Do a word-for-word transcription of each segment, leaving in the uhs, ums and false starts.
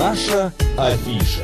Наша афиша.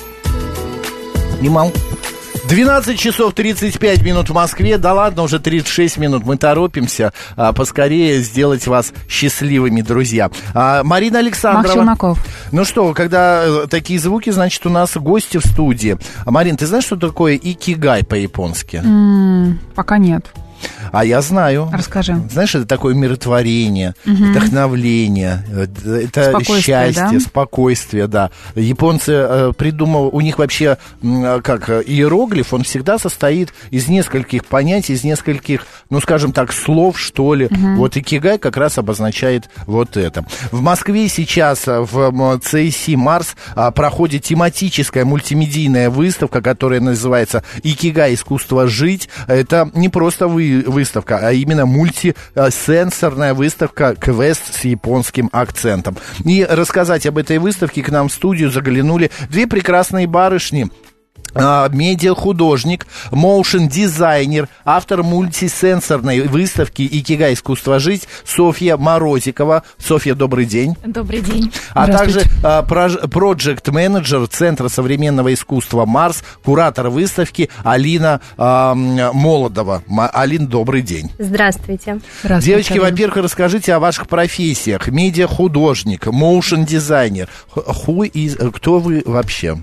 Нимал. двенадцать часов тридцать пять минут в Москве. Да ладно, уже тридцать шесть минут. Мы торопимся а, поскорее сделать вас счастливыми, друзья. А, Марина Александрова. Максимаков. Ну что, когда такие звуки, значит, у нас гости в студии. А, Марин, ты знаешь, что такое икигай по-японски? М-м, пока нет. А я знаю. Расскажи. Знаешь, это такое умиротворение, угу. вдохновление, это спокойствие, счастье, да? спокойствие, да. Японцы э, придумали, у них вообще, э, как иероглиф, он всегда состоит из нескольких понятий, из нескольких, ну, скажем так, слов, что ли. Угу. Вот икигай как раз обозначает вот это. В Москве сейчас в си эс си Марс проходит тематическая мультимедийная выставка, которая называется «Икигай. Искусство жить». Это не просто вы выставка, а именно мультисенсорная выставка «Квест» с японским акцентом. И рассказать об этой выставке к нам в студию заглянули две прекрасные барышни. Медиахудожник, моушн-дизайнер, автор мультисенсорной выставки «Икигай. Искусство жить» Софья Морозикова. Софья, добрый день. Добрый день. А также проект-менеджер Центра современного искусства «Марс», куратор выставки Алина а, Молодова. Алин, добрый день. Здравствуйте. Здравствуйте. Девочки, во-первых, расскажите о ваших профессиях. Медиахудожник, моушн-дизайнер. Кто вы вообще?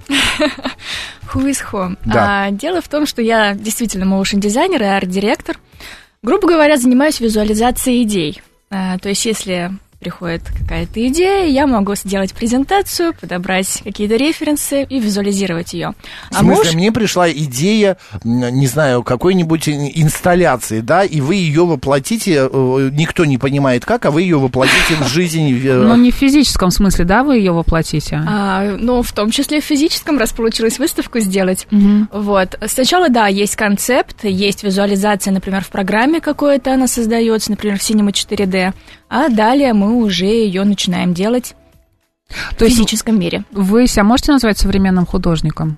Who is who? Да. А, дело в том, что я действительно моушн-дизайнер и арт-директор. Грубо говоря, занимаюсь визуализацией идей. А, то есть, если приходит какая-то идея, я могу сделать презентацию, подобрать какие-то референсы и визуализировать ее. В смысле, а муж... мне пришла идея, не знаю, какой-нибудь инсталляции, да, и вы ее воплотите, никто не понимает как, а вы ее воплотите в жизнь. Ну, не в физическом смысле, да, вы ее воплотите? А, ну, в том числе в физическом, раз получилось выставку сделать. Угу. Вот. Сначала, да, есть концепт, есть визуализация, например, в программе какой-то она создается, например, в Cinema четыре дэ, а далее мы уже ее начинаем делать То в физическом мире. Вы себя можете назвать современным художником?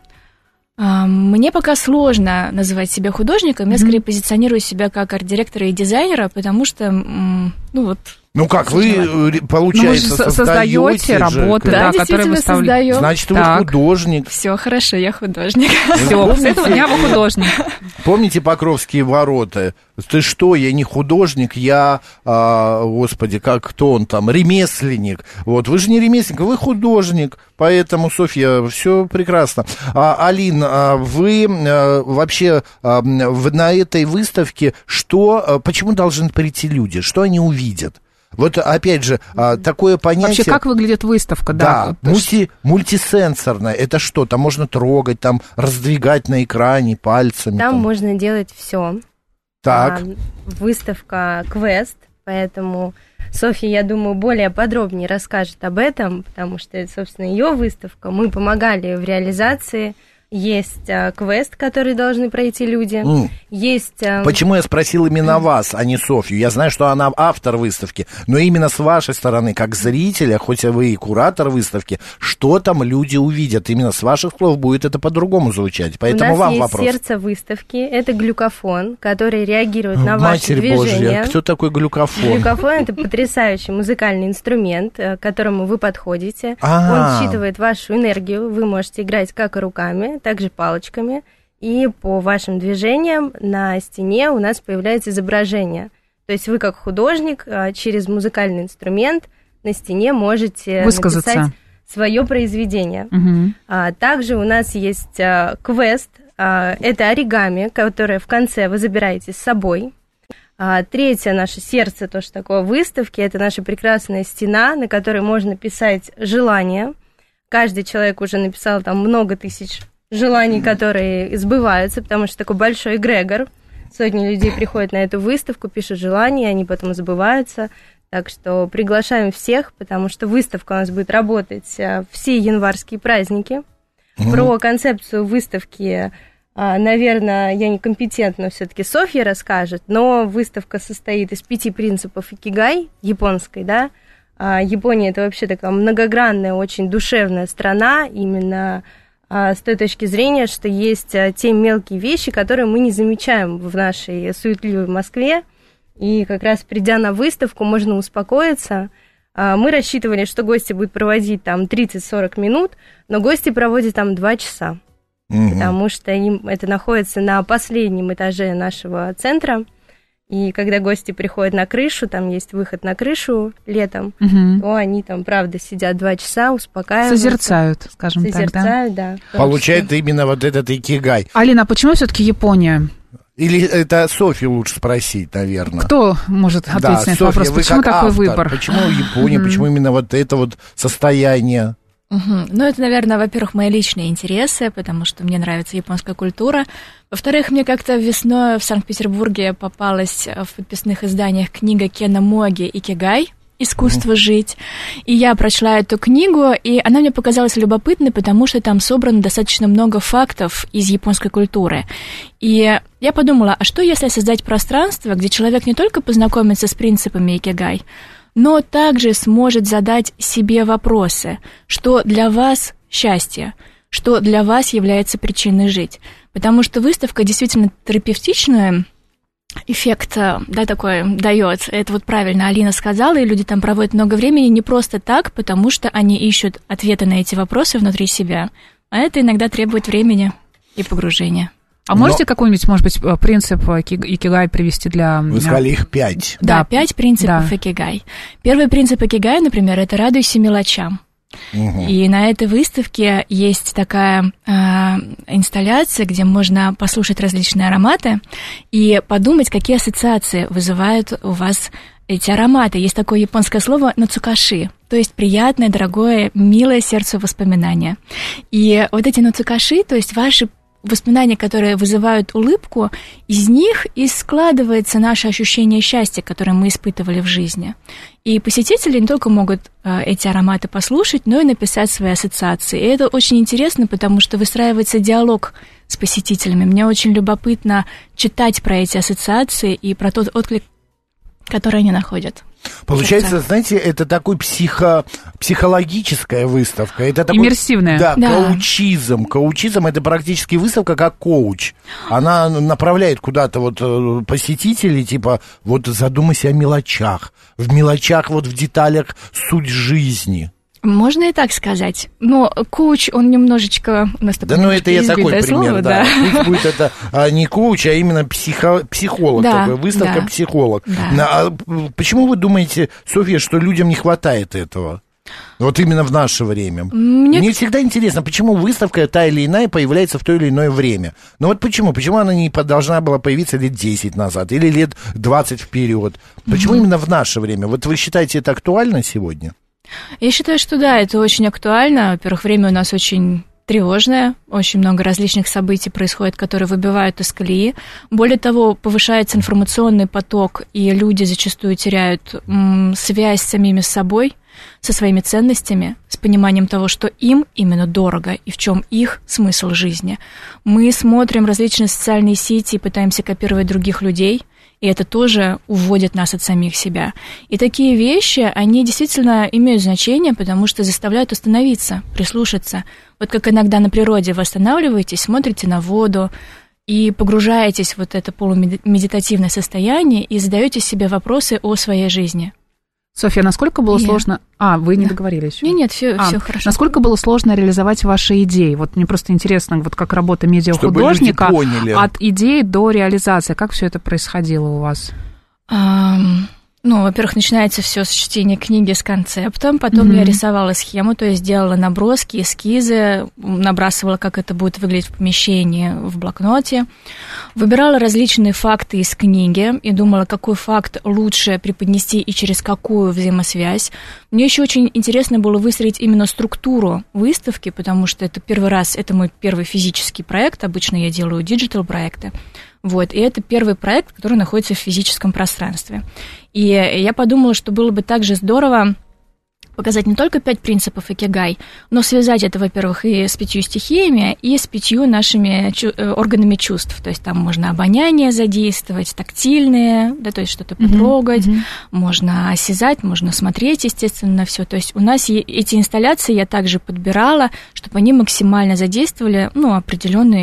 А, мне пока сложно называть себя художником, я mm-hmm. скорее позиционирую себя как арт-директора и дизайнера, потому что, ну вот... Ну как, вы, получается, ну, вы создаете работы, да, да, которые выставляете. Значит, вы так. художник. Все хорошо, я художник. Все, с этого дня вы художник. Помните Покровские ворота? Ты что, я не художник, я, а, господи, как кто он там, ремесленник. Вот, вы же не ремесленник, вы художник. Поэтому, Софья, все прекрасно. А, Алин, а вы а, вообще а, на этой выставке что, а, почему должны прийти люди? Что они увидят? Вот, опять же, такое понятие... Вообще, как выглядит выставка, да? Да, мульти, мультисенсорная. Это что? Там можно трогать, там раздвигать на экране пальцами. Там, там. можно делать все. Так. А, выставка «Квест», поэтому Софья, я думаю, более подробнее расскажет об этом, потому что это, собственно, ее выставка. Мы помогали в реализации. Есть а, квест, который должны пройти люди. Mm. Есть... А... Почему я спросил именно вас, а не Софью? Я знаю, что она автор выставки, но именно с вашей стороны, как зрителя, хоть вы и куратор выставки, что там люди увидят? Именно с ваших слов будет это по-другому звучать. Поэтому У нас вам есть вопрос. сердце выставки. Это глюкофон, который реагирует на ваши Матерь движения. Божья, кто такой глюкофон? Глюкофон – это потрясающий музыкальный инструмент, к которому вы подходите. А-а-а. Он считывает вашу энергию. Вы можете играть как и руками, также палочками, и по вашим движениям на стене у нас появляется изображение. То есть вы как художник через музыкальный инструмент на стене можете написать свое произведение. Угу. А, также у нас есть а, квест, а, это оригами, которое в конце вы забираете с собой. А, третье наше сердце, то, что такое выставки, это наша прекрасная стена, на которой можно писать желания. Каждый человек уже написал там много тысяч желаний, которые сбываются, потому что такой большой эгрегор. Сотни людей приходят на эту выставку, пишут желания, они потом сбываются. Так что приглашаем всех, потому что выставка у нас будет работать все январские праздники. Mm-hmm. Про концепцию выставки, наверное, я некомпетентна, все-таки Софья расскажет, но выставка состоит из пяти принципов икигай, японской, да. Япония – это вообще такая многогранная, очень душевная страна, именно с той точки зрения, что есть те мелкие вещи, которые мы не замечаем в нашей суетливой Москве. И как раз придя на выставку, можно успокоиться, Мы рассчитывали, что гости будут проводить там тридцать-сорок минут, но гости проводят там два часа, угу. потому что им это находится на последнем этаже нашего центра. И когда гости приходят на крышу, там есть выход на крышу летом, угу. то они там, правда, сидят два часа, успокаиваются. Созерцают, скажем Созерцают, так, да? да. Получает именно вот этот икигай. Алина, а почему все-таки Япония? Или это Софью лучше спросить, наверное. Кто может ответить да, на этот Софья, вопрос? Почему такой автор, выбор? Почему Япония, mm-hmm. почему именно вот это вот состояние? Uh-huh. Ну, это, наверное, во-первых, мои личные интересы, потому что мне нравится японская культура. Во-вторых, мне как-то весной в Санкт-Петербурге попалась в подписных изданиях книга Кена Моги «Икигай. Искусство mm-hmm. жить». И я прочла эту книгу, и она мне показалась любопытной, потому что там собрано достаточно много фактов из японской культуры. И я подумала, а что если создать пространство, где человек не только познакомится с принципами икигай, но также сможет задать себе вопросы, что для вас счастье, что для вас является причиной жить. Потому что выставка действительно терапевтичная, эффект, да, такой дает. Это вот правильно Алина сказала, и люди там проводят много времени не просто так, потому что они ищут ответы на эти вопросы внутри себя, а это иногда требует времени и погружения. А Но... можете какой-нибудь, может быть, принцип икигай привести для... Вы сказали их пять. Да, да. пять принципов да. икигай. Первый принцип икигай, например, это «радуйся мелочам». Угу. И на этой выставке есть такая э, инсталляция, где можно послушать различные ароматы и подумать, какие ассоциации вызывают у вас эти ароматы. Есть такое японское слово «нацукаши», то есть приятное, дорогое, милое сердцу воспоминание. И вот эти нацукаши, то есть ваши воспоминания, которые вызывают улыбку, из них и складывается наше ощущение счастья, которое мы испытывали в жизни. И посетители не только могут э, эти ароматы послушать, но и написать свои ассоциации. И это очень интересно, потому что выстраивается диалог с посетителями. Мне очень любопытно читать про эти ассоциации и про тот отклик, который они находят. Получается, знаете, это такой психо, психологическая выставка. Это такой, иммерсивная. Да, да, коучизм. Коучизм – это практически выставка как коуч. Она направляет куда-то вот посетителей, типа, вот задумайся о мелочах. В мелочах, вот в деталях суть жизни. Можно и так сказать. Но коуч, он немножечко... У нас да, ну это я такой пример, слово, да. да. Пусть будет это а, не коуч, а именно психо, психолог. Да, такой, выставка да, психолог. Да. А почему вы думаете, Софья, что людям не хватает этого? Вот именно в наше время. Мне... Мне всегда интересно, почему выставка та или иная появляется в то или иное время. Ну вот почему? Почему она не должна была появиться лет десять назад или лет двадцать вперед? Почему mm-hmm. именно в наше время? Вот вы считаете это актуально сегодня? Я считаю, что да, это очень актуально. Во-первых, время у нас очень тревожное, очень много различных событий происходит, которые выбивают из колеи. Более того, повышается информационный поток, и люди зачастую теряют м, связь с самими собой, со своими ценностями, с пониманием того, что им именно дорого и в чем их смысл жизни. Мы смотрим различные социальные сети и пытаемся копировать других людей, и это тоже уводит нас от самих себя. И такие вещи, они действительно имеют значение, потому что заставляют остановиться, прислушаться. Вот как иногда на природе вы останавливаетесь, смотрите на воду и погружаетесь в вот это полумедитативное состояние и задаете себе вопросы о своей жизни. Софья, насколько было Нет. сложно... А, вы не да. договорились еще? Нет, нет, все, а, все хорошо. Насколько было сложно реализовать ваши идеи? Вот мне просто интересно, вот как работа медиахудожника от идеи до реализации. Как все это происходило у вас? Um... Ну, во-первых, начинается все с чтения книги с концептом, потом mm-hmm. я рисовала схему, то есть делала наброски, эскизы, набрасывала, как это будет выглядеть в помещении в блокноте, выбирала различные факты из книги и думала, какой факт лучше преподнести и через какую взаимосвязь. Мне еще очень интересно было выстроить именно структуру выставки, потому что это первый раз, это мой первый физический проект, обычно я делаю диджитал-проекты. Вот, и это первый проект, который находится в физическом пространстве. И я подумала, что было бы также здорово показать не только пять принципов икигай, но связать это, во-первых, и с пятью стихиями, и с пятью нашими чу- органами чувств. То есть там можно обоняние задействовать, тактильные, да, то есть что-то mm-hmm. потрогать, mm-hmm. можно осязать, можно смотреть, естественно, на все. То есть у нас эти инсталляции я также подбирала, чтобы они максимально задействовали, ну, определенные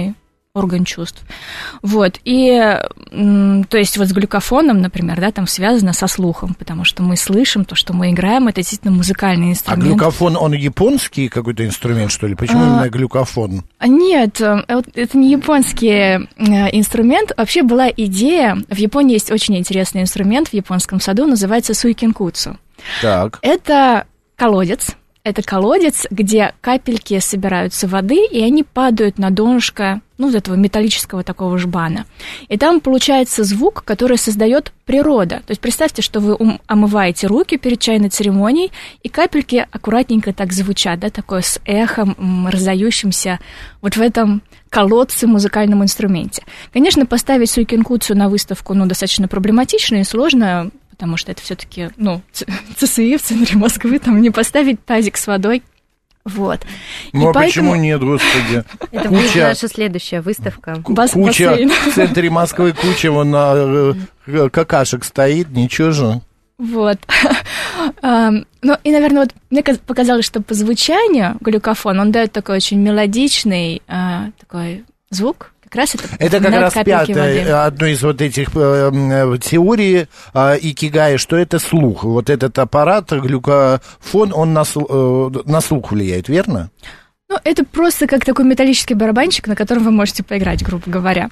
орган чувств. Вот, и, то есть, вот с глюкофоном, например, да, там связано со слухом, потому что мы слышим то, что мы играем, это действительно музыкальный инструмент. А глюкофон, он японский какой-то инструмент, что ли? Почему а, именно глюкофон? Нет, это не японский инструмент. Вообще была идея, в Японии есть очень интересный инструмент в японском саду, называется суикинкуцу. Так. Это колодец. Это колодец, где капельки собираются воды, и они падают на донышко, ну, вот этого металлического такого жбана. И там получается звук, который создает природа. То есть представьте, что вы омываете руки перед чайной церемонией, и капельки аккуратненько так звучат, да, такое с эхом, раздающимся вот в этом колодце музыкальном инструменте. Конечно, поставить суикинкуцу на выставку, ну, достаточно проблематично и сложно, потому что это все-таки, ну, ЦСИ в центре Москвы, там не поставить тазик с водой. Вот. Ну, а поэтому... почему нет, господи? Это куча... будет наша следующая выставка. Бас- куча бассейн. В центре Москвы, куча вон на какашек стоит, ничего же. Вот. Ну, и, наверное, вот мне показалось, что по звучанию глюкофон, он дает такой очень мелодичный такой звук. Как раз это, это как раз пятая, одно из вот этих э, теорий э, икигай, что это слух. Вот этот аппарат, глюкофон, он на, э, на слух влияет, верно? Ну, это просто как такой металлический барабанчик, на котором вы можете поиграть, грубо говоря.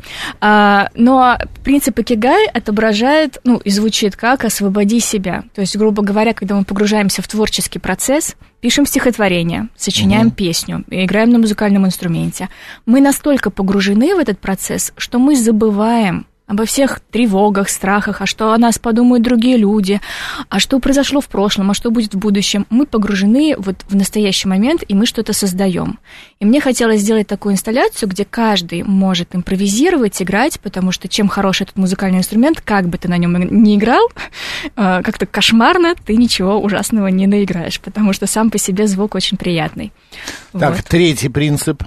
А, но принцип икигай отображает, ну, и звучит как «освободи себя». То есть, грубо говоря, когда мы погружаемся в творческий процесс, пишем стихотворение, сочиняем mm-hmm. песню, играем на музыкальном инструменте, мы настолько погружены в этот процесс, что мы забываем обо всех тревогах, страхах, а что о нас подумают другие люди, а что произошло в прошлом, а что будет в будущем. Мы погружены вот в настоящий момент, и мы что-то создаем. И мне хотелось сделать такую инсталляцию, где каждый может импровизировать, играть, потому что чем хороший этот музыкальный инструмент, как бы ты на нем ни играл, как-то кошмарно, ты ничего ужасного не наиграешь, потому что сам по себе звук очень приятный. Так, вот. Третий принцип.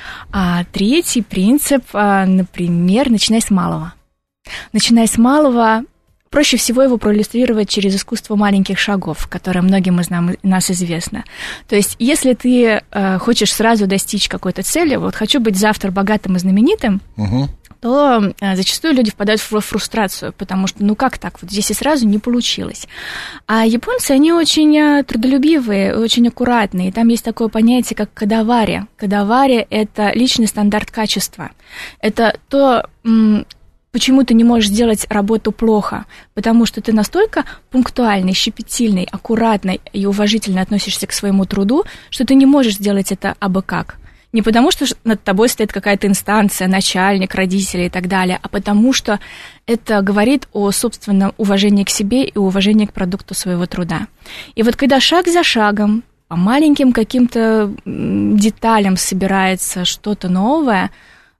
А, третий принцип, например, начинай с малого. Начиная с малого, проще всего его проиллюстрировать через искусство маленьких шагов, которое многим из нам, нас известно. То есть, если ты э, хочешь сразу достичь какой-то цели, вот хочу быть завтра богатым и знаменитым, угу. то э, зачастую люди впадают в фрустрацию, потому что, ну как так, вот здесь и сразу не получилось. А японцы, они очень э, трудолюбивые, очень аккуратные, и там есть такое понятие, как кадавари. Кадавари – это личный стандарт качества. Это то... М- Почему ты не можешь сделать работу плохо? Потому что ты настолько пунктуальный, щепетильный, аккуратный и уважительно относишься к своему труду, что ты не можешь сделать это абы как. Не потому, что над тобой стоит какая-то инстанция, начальник, родители и так далее, а потому что это говорит о собственном уважении к себе и уважении к продукту своего труда. И вот когда шаг за шагом, по маленьким каким-то деталям собирается что-то новое,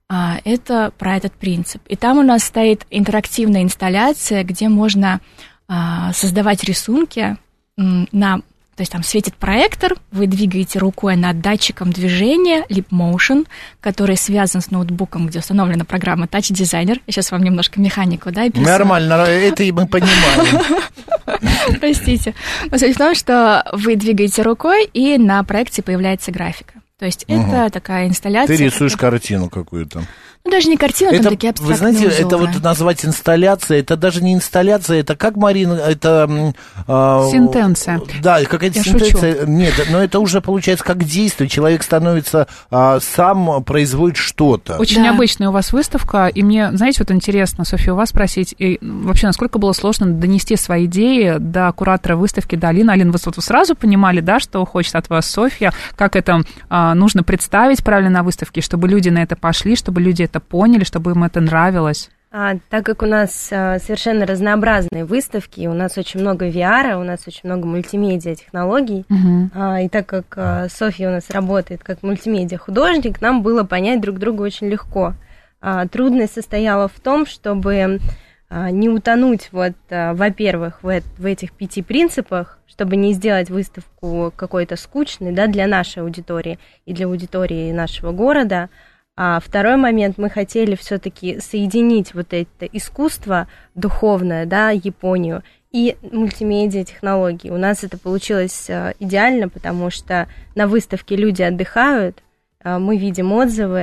это про этот принцип. И там у нас стоит интерактивная инсталляция, где можно а, создавать рисунки на... То есть там светит проектор, вы двигаете рукой над датчиком движения Leap Motion, который связан с ноутбуком, где установлена программа Touch Designer. Я сейчас вам немножко механику, да, описываю. Нормально, это и мы понимаем. Простите. Но суть в том, что вы двигаете рукой, и на проекте появляется графика. То есть угу. это такая инсталляция. Ты рисуешь которая... картину какую-то. Ну, даже не картину, это, там такие абстрактные вы знаете, узоры. это вот назвать инсталляция, это даже не инсталляция, это как, Марина, это... Э, сентенция. Да, какая-то Я сентенция. Шучу. Нет, но это уже получается как действие. Человек становится, э, сам производит что-то. Очень да. необычная у вас выставка, и мне, знаете, вот интересно, Софья, у вас спросить, и вообще, насколько было сложно донести свои идеи до куратора выставки, до Алины. Алина, вы, вот, вы сразу понимали, да, что хочет от вас Софья, как это э, нужно представить правильно на выставке, чтобы люди на это пошли, чтобы люди это поняли, чтобы им это нравилось? А, так как у нас а, совершенно разнообразные выставки, у нас очень много ви ар, у нас очень много мультимедиа технологий, uh-huh. а, и так как а, Софья у нас работает как мультимедиа художник, нам было понять друг друга очень легко. А, трудность состояла в том, чтобы а, не утонуть, вот, а, во-первых, в, в этих пяти принципах, чтобы не сделать выставку какой-то скучной, да, для нашей аудитории и для аудитории нашего города. А второй момент, мы хотели все-таки соединить вот это искусство духовное, да, Японию, и мультимедиа технологии. У нас это получилось идеально, потому что на выставке люди отдыхают, мы видим отзывы,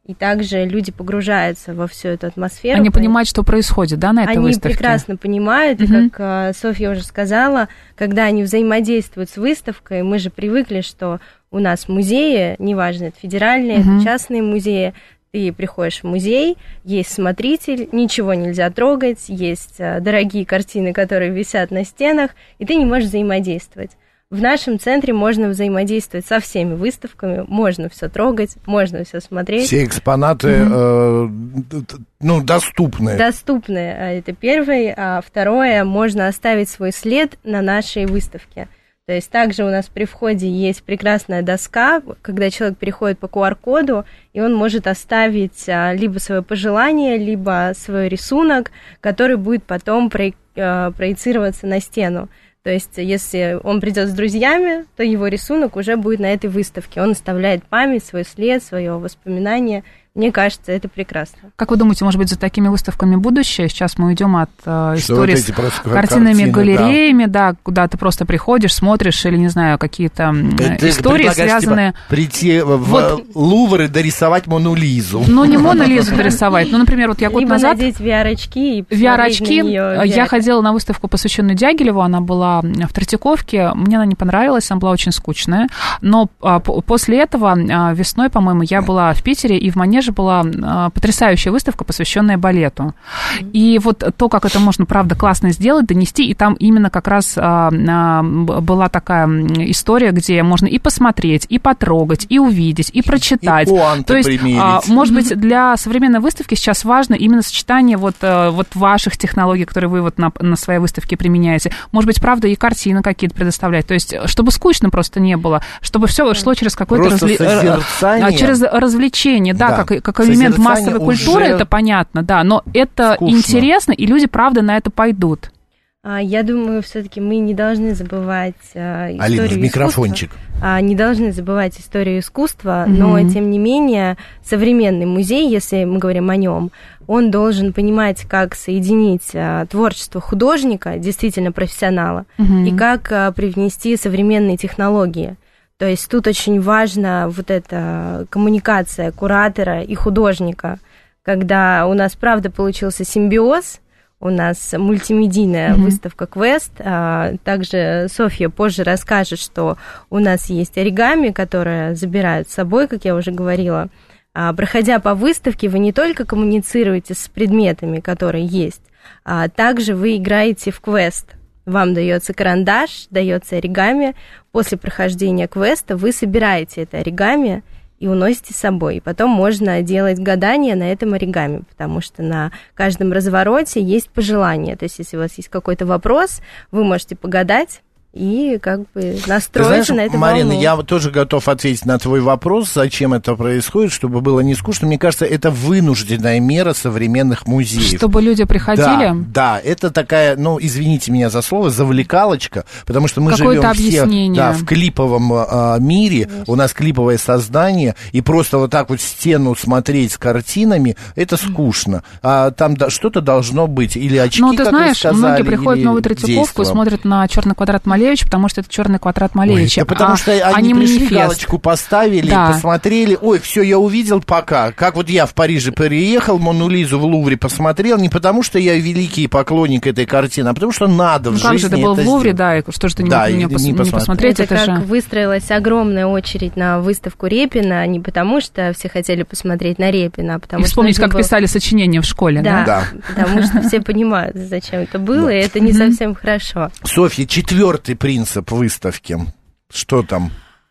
И также люди погружаются во всю эту атмосферу. Они понимают, что происходит, да, на этой они выставке? Они прекрасно понимают, и, uh-huh. как Софья уже сказала, когда они взаимодействуют с выставкой, мы же привыкли, что у нас музеи, неважно, это федеральные, uh-huh. это частные музеи, ты приходишь в музей, есть смотритель, ничего нельзя трогать, есть дорогие картины, которые висят на стенах, и ты не можешь взаимодействовать. В нашем центре можно взаимодействовать со всеми выставками, можно все трогать, можно все смотреть. Все экспонаты mm-hmm. э, ну, доступны. Доступны, это первое. А второе, можно оставить свой след на нашей выставке. То есть также у нас при входе есть прекрасная доска, когда человек переходит по ку ар-коду, и он может оставить либо свое пожелание, либо свой рисунок, который будет потом проецироваться на стену. То есть, если он придет с друзьями, то его рисунок уже будет на этой выставке. Он оставляет память, свой след, свое воспоминание. Мне кажется, это прекрасно. Как вы думаете, может быть, за такими выставками будущее? Сейчас мы уйдем от э, истории вот с картинами, картины, галереями, да. да, куда ты просто приходишь, смотришь, или, не знаю, какие-то это истории, связанные... Типа, прийти в вот. Лувр и дорисовать Мону Лизу. Ну, не Мону Лизу дорисовать. Ну, например, вот я год Либо назад... надеть ви ар-очки и посмотреть ви ар-очки. на неё. Я ходила на выставку, посвященную Дягилеву, она была в Третьяковке. Мне она не понравилась, она была очень скучная. Но а, после этого а, весной, по-моему, я была в Питере, и в Манеже была... потрясающая выставка, посвященная балету. И вот то, как это можно, правда, классно сделать, донести, и там именно как раз а, а, была такая история, где можно и посмотреть, и потрогать, и увидеть, и прочитать. И то есть, а, может быть, для современной выставки сейчас важно именно сочетание вот, вот ваших технологий, которые вы вот на, на своей выставке применяете. Может быть, правда, и картины какие-то предоставлять. То есть, чтобы скучно просто не было, чтобы все шло через какое-то разли... через развлечение, да, да. как, как элемент массовой культуры, это понятно, да, но это скучно. Интересно, и люди, правда, на это пойдут. Я думаю, все-таки мы не должны забывать а, историю Алина, в искусства. микрофончик. А, не должны забывать историю искусства, mm-hmm. но, тем не менее, современный музей, если мы говорим о нем, он должен понимать, как соединить а, творчество художника, действительно профессионала, mm-hmm. и как а, привнести современные технологии. То есть тут очень важна вот эта коммуникация куратора и художника, когда у нас, правда, получился симбиоз, у нас мультимедийная mm-hmm. выставка «Квест», а также Софья позже расскажет, что у нас есть оригами, которые забирают с собой, как я уже говорила. А, проходя по выставке, вы не только коммуницируете с предметами, которые есть, а также вы играете в квест. Вам дается карандаш, дается оригами. После прохождения квеста вы собираете это оригами и уносите с собой. И потом можно делать гадания на этом оригами, потому что на каждом развороте есть пожелание. То есть, если у вас есть какой-то вопрос, вы можете погадать и как бы настроиться на эту Марина, волну. я тоже готов ответить на твой вопрос, зачем это происходит, чтобы было не скучно. Мне кажется, это вынужденная мера современных музеев. Чтобы люди приходили? Да, да, это такая, ну, извините меня за слово, завлекалочка, потому что мы Какое-то живем объяснение. все да, в клиповом а, мире, конечно. У нас клиповое создание, и просто вот так вот стену смотреть с картинами, это скучно. А там да, что-то должно быть, или очки, ну, ты как знаешь, вы сказали, многие приходят в Новую Третьяковку и смотрят на черный квадрат Малевича, потому что это черный квадрат Малевича. Ой, да потому а, что они а пришли, манифест. Галочку поставили, да. посмотрели, ой, все, я увидел, пока. Как вот я в Париже переехал, Мону Лизу в Лувре посмотрел, не потому что я великий поклонник этой картины, а потому что надо ну, в как жизни же, ты был это в Лувре, сделать. да, и что же ты не да, мог не, пос... не, не посмотреть? Это, это как же... выстроилась огромная очередь на выставку Репина, не потому что все хотели посмотреть на Репина, а потому и что... вспомнить, как было... писали сочинения в школе, да? Да, да. Потому что все понимают, зачем это было, и это не совсем хорошо. Софья, четвертый принцип выставки. Что там?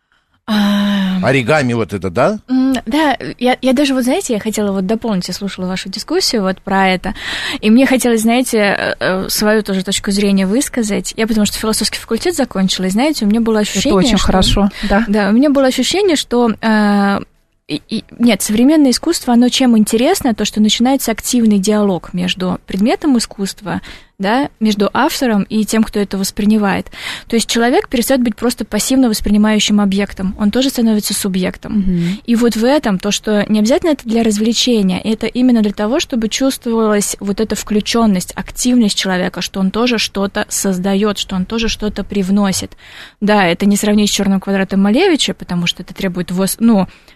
Оригами вот это, да? Да, я, я даже, вот знаете, я хотела вот дополнить, я слушала вашу дискуссию вот про это, и мне хотелось, знаете, свою тоже точку зрения высказать. Я потому что философский факультет закончила, и, знаете, у меня было ощущение, это очень что... хорошо, да. Да, у меня было ощущение, что... Э, И, и, нет, современное искусство, оно чем интересно, то, что начинается активный диалог между предметом искусства, да, между автором и тем, кто это воспринимает. То есть человек перестает быть просто пассивно воспринимающим объектом, он тоже становится субъектом. Mm-hmm. И вот в этом то, что не обязательно это для развлечения, это именно для того, чтобы чувствовалась вот эта включенность, активность человека, что он тоже что-то создает, что он тоже что-то привносит. Да, это не сравнить с черным квадратом Малевича, потому что это требует, ну,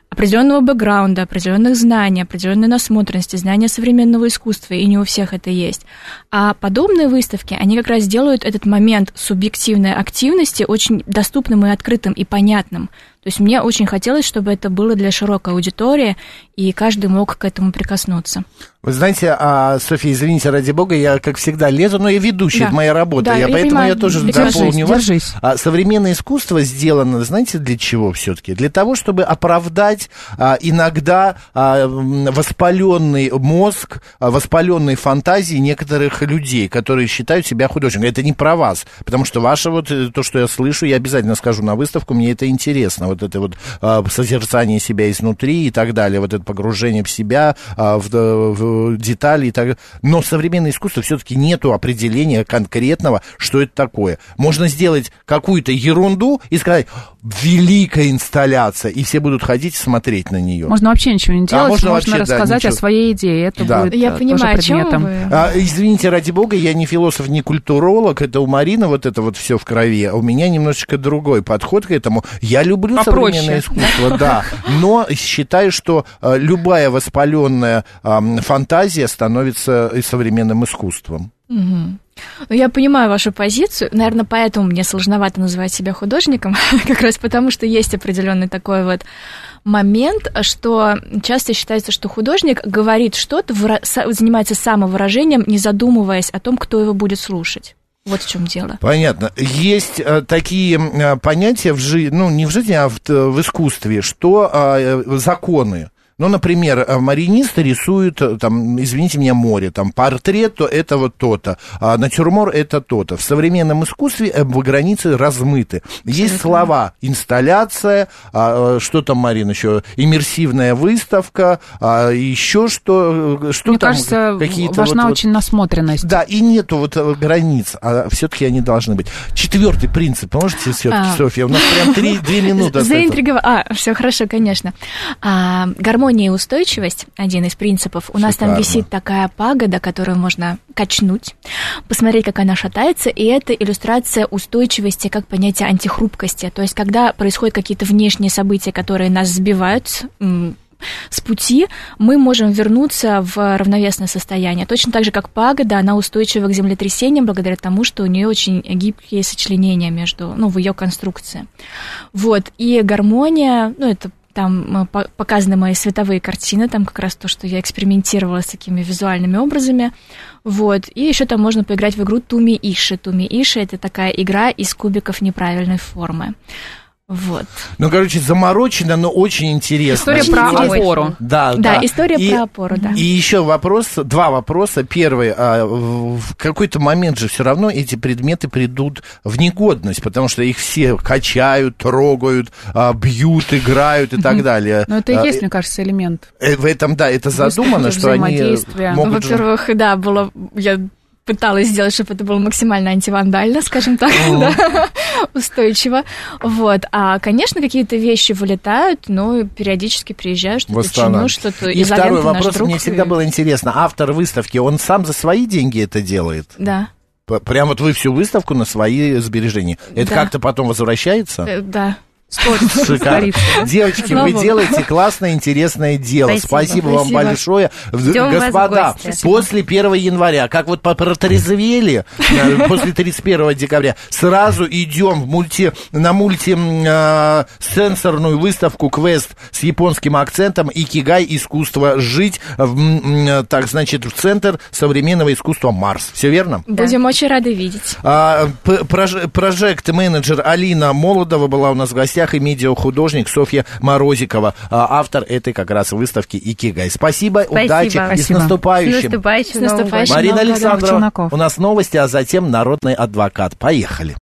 определенного бэкграунда, определенных знаний, определенной насмотренности, знания современного искусства, и не у всех это есть. А подобные выставки, они как раз делают этот момент субъективной активности очень доступным и открытым, и понятным. То есть мне очень хотелось, чтобы это было для широкой аудитории, и каждый мог к этому прикоснуться. Вы знаете, а, Софья, извините, ради бога, я, как всегда, лезу, но я ведущий, да. Это моя работа, да, я, я поэтому понимаю, я тоже держись, дополню вас. Держись. А, современное искусство сделано, знаете, для чего все-таки? Для того, чтобы оправдать а, иногда а, воспаленный мозг, а, воспаленные фантазии некоторых людей, которые считают себя художниками. Это не про вас, потому что ваше вот, то, что я слышу, я обязательно скажу на выставку, мне это интересно, вот это вот а, созерцание себя изнутри и так далее, вот это погружение в себя, а, в, в детали и так далее. Но в современное искусство все-таки нету определения конкретного, что это такое. Можно сделать какую-то ерунду и сказать: великая инсталляция, и все будут ходить и смотреть на нее. Можно вообще ничего не делать, а можно, можно вообще, рассказать да, о своей идее. Это да. будет Я тоже понимаю, предметом. вы... а, извините, ради бога, я не философ, не культуролог, это у Марины вот это вот все в крови, а у меня немножечко другой подход к этому. Я люблю Попроще. современное искусство, да, но считаю, что а, любая воспаленная а, фантазия становится и современным искусством. Угу. Ну, я понимаю вашу позицию. Наверное, поэтому мне сложновато называть себя художником, как раз потому, что есть определенный такой вот момент, что часто считается, что художник говорит что-то, занимается самовыражением, не задумываясь о том, кто его будет слушать. Вот в чем дело. Понятно. Есть а, такие а, понятия в жизни, ну, не в жизни, а в, в искусстве, что а, законы. Ну, например, маринисты рисуют, там, извините меня, море, там, портрет, то это вот то-то, а натюрморт это то-то. В современном искусстве границы размыты. Есть Абсолютно. Слова: инсталляция, а, что там, Марина, еще, иммерсивная выставка, а, еще что, что Мне там, кажется, какие-то важна вот, очень насмотренность. Да, и нету вот границ, а все-таки они должны быть. Четвертый принцип, можете все-таки, а. Софья? У нас прям три, две минуты. Заинтриговала. А, все хорошо, конечно. А, гармония и устойчивость – один из принципов. У Шикарно. Нас там висит такая пагода, которую можно качнуть, посмотреть, как она шатается, и это иллюстрация устойчивости как понятие антихрупкости. То есть, когда происходят какие-то внешние события, которые нас сбивают с пути, мы можем вернуться в равновесное состояние. Точно так же, как пагода, она устойчива к землетрясениям благодаря тому, что у нее очень гибкие сочленения между, ну, в ее конструкции. Вот. И гармония, ну, это там показаны мои световые картины, там как раз то, что я экспериментировала с такими визуальными образами. Вот. И еще там можно поиграть в игру Туми-Иши. Туми-Иши — это такая игра из кубиков неправильной формы. Вот. Ну, короче, заморочено, но очень интересно. История про опору. Да, да, да. история и, про опору, да. И еще вопрос, два вопроса. Первый, а, в какой-то момент же все равно эти предметы придут в негодность, потому что их все качают, трогают, а, бьют, играют и так далее. Ну, это и есть, мне кажется, элемент. В этом, да, это задумано, что они могут... Ну, во-первых, да, было... Я пыталась сделать, чтобы это было максимально антивандально, скажем так, да, устойчиво. Вот. А, конечно, какие-то вещи вылетают, но периодически приезжаю, что-то чину, что-то и изоленты второй вопрос, друг, мне всегда и... было интересно. Автор выставки, он сам за свои деньги это делает? Да. Прям вот вы всю выставку на свои сбережения. Это да. как-то потом возвращается? Да. Шикарно. Девочки, вы делаете классное, интересное дело. Спасибо, Спасибо вам Спасибо. большое. Ждем Господа, после первого января, как вот протрезвели, после тридцать первого декабря, сразу идем в мульти, на мультисенсорную выставку «Квест» с японским акцентом «Икигай. Искусство жить», в, так, значит, в Центр современного искусства «Марс». Все верно? Будем да. очень рады видеть. А, прожект-менеджер Алина Молодова была у нас в гостях, и медиахудожник Софья Морозикова, автор этой как раз выставки «Икигай». Спасибо, Спасибо. удачи Спасибо. и с наступающим. С наступающим. Марина Александровна, у нас новости, а затем народный адвокат. Поехали.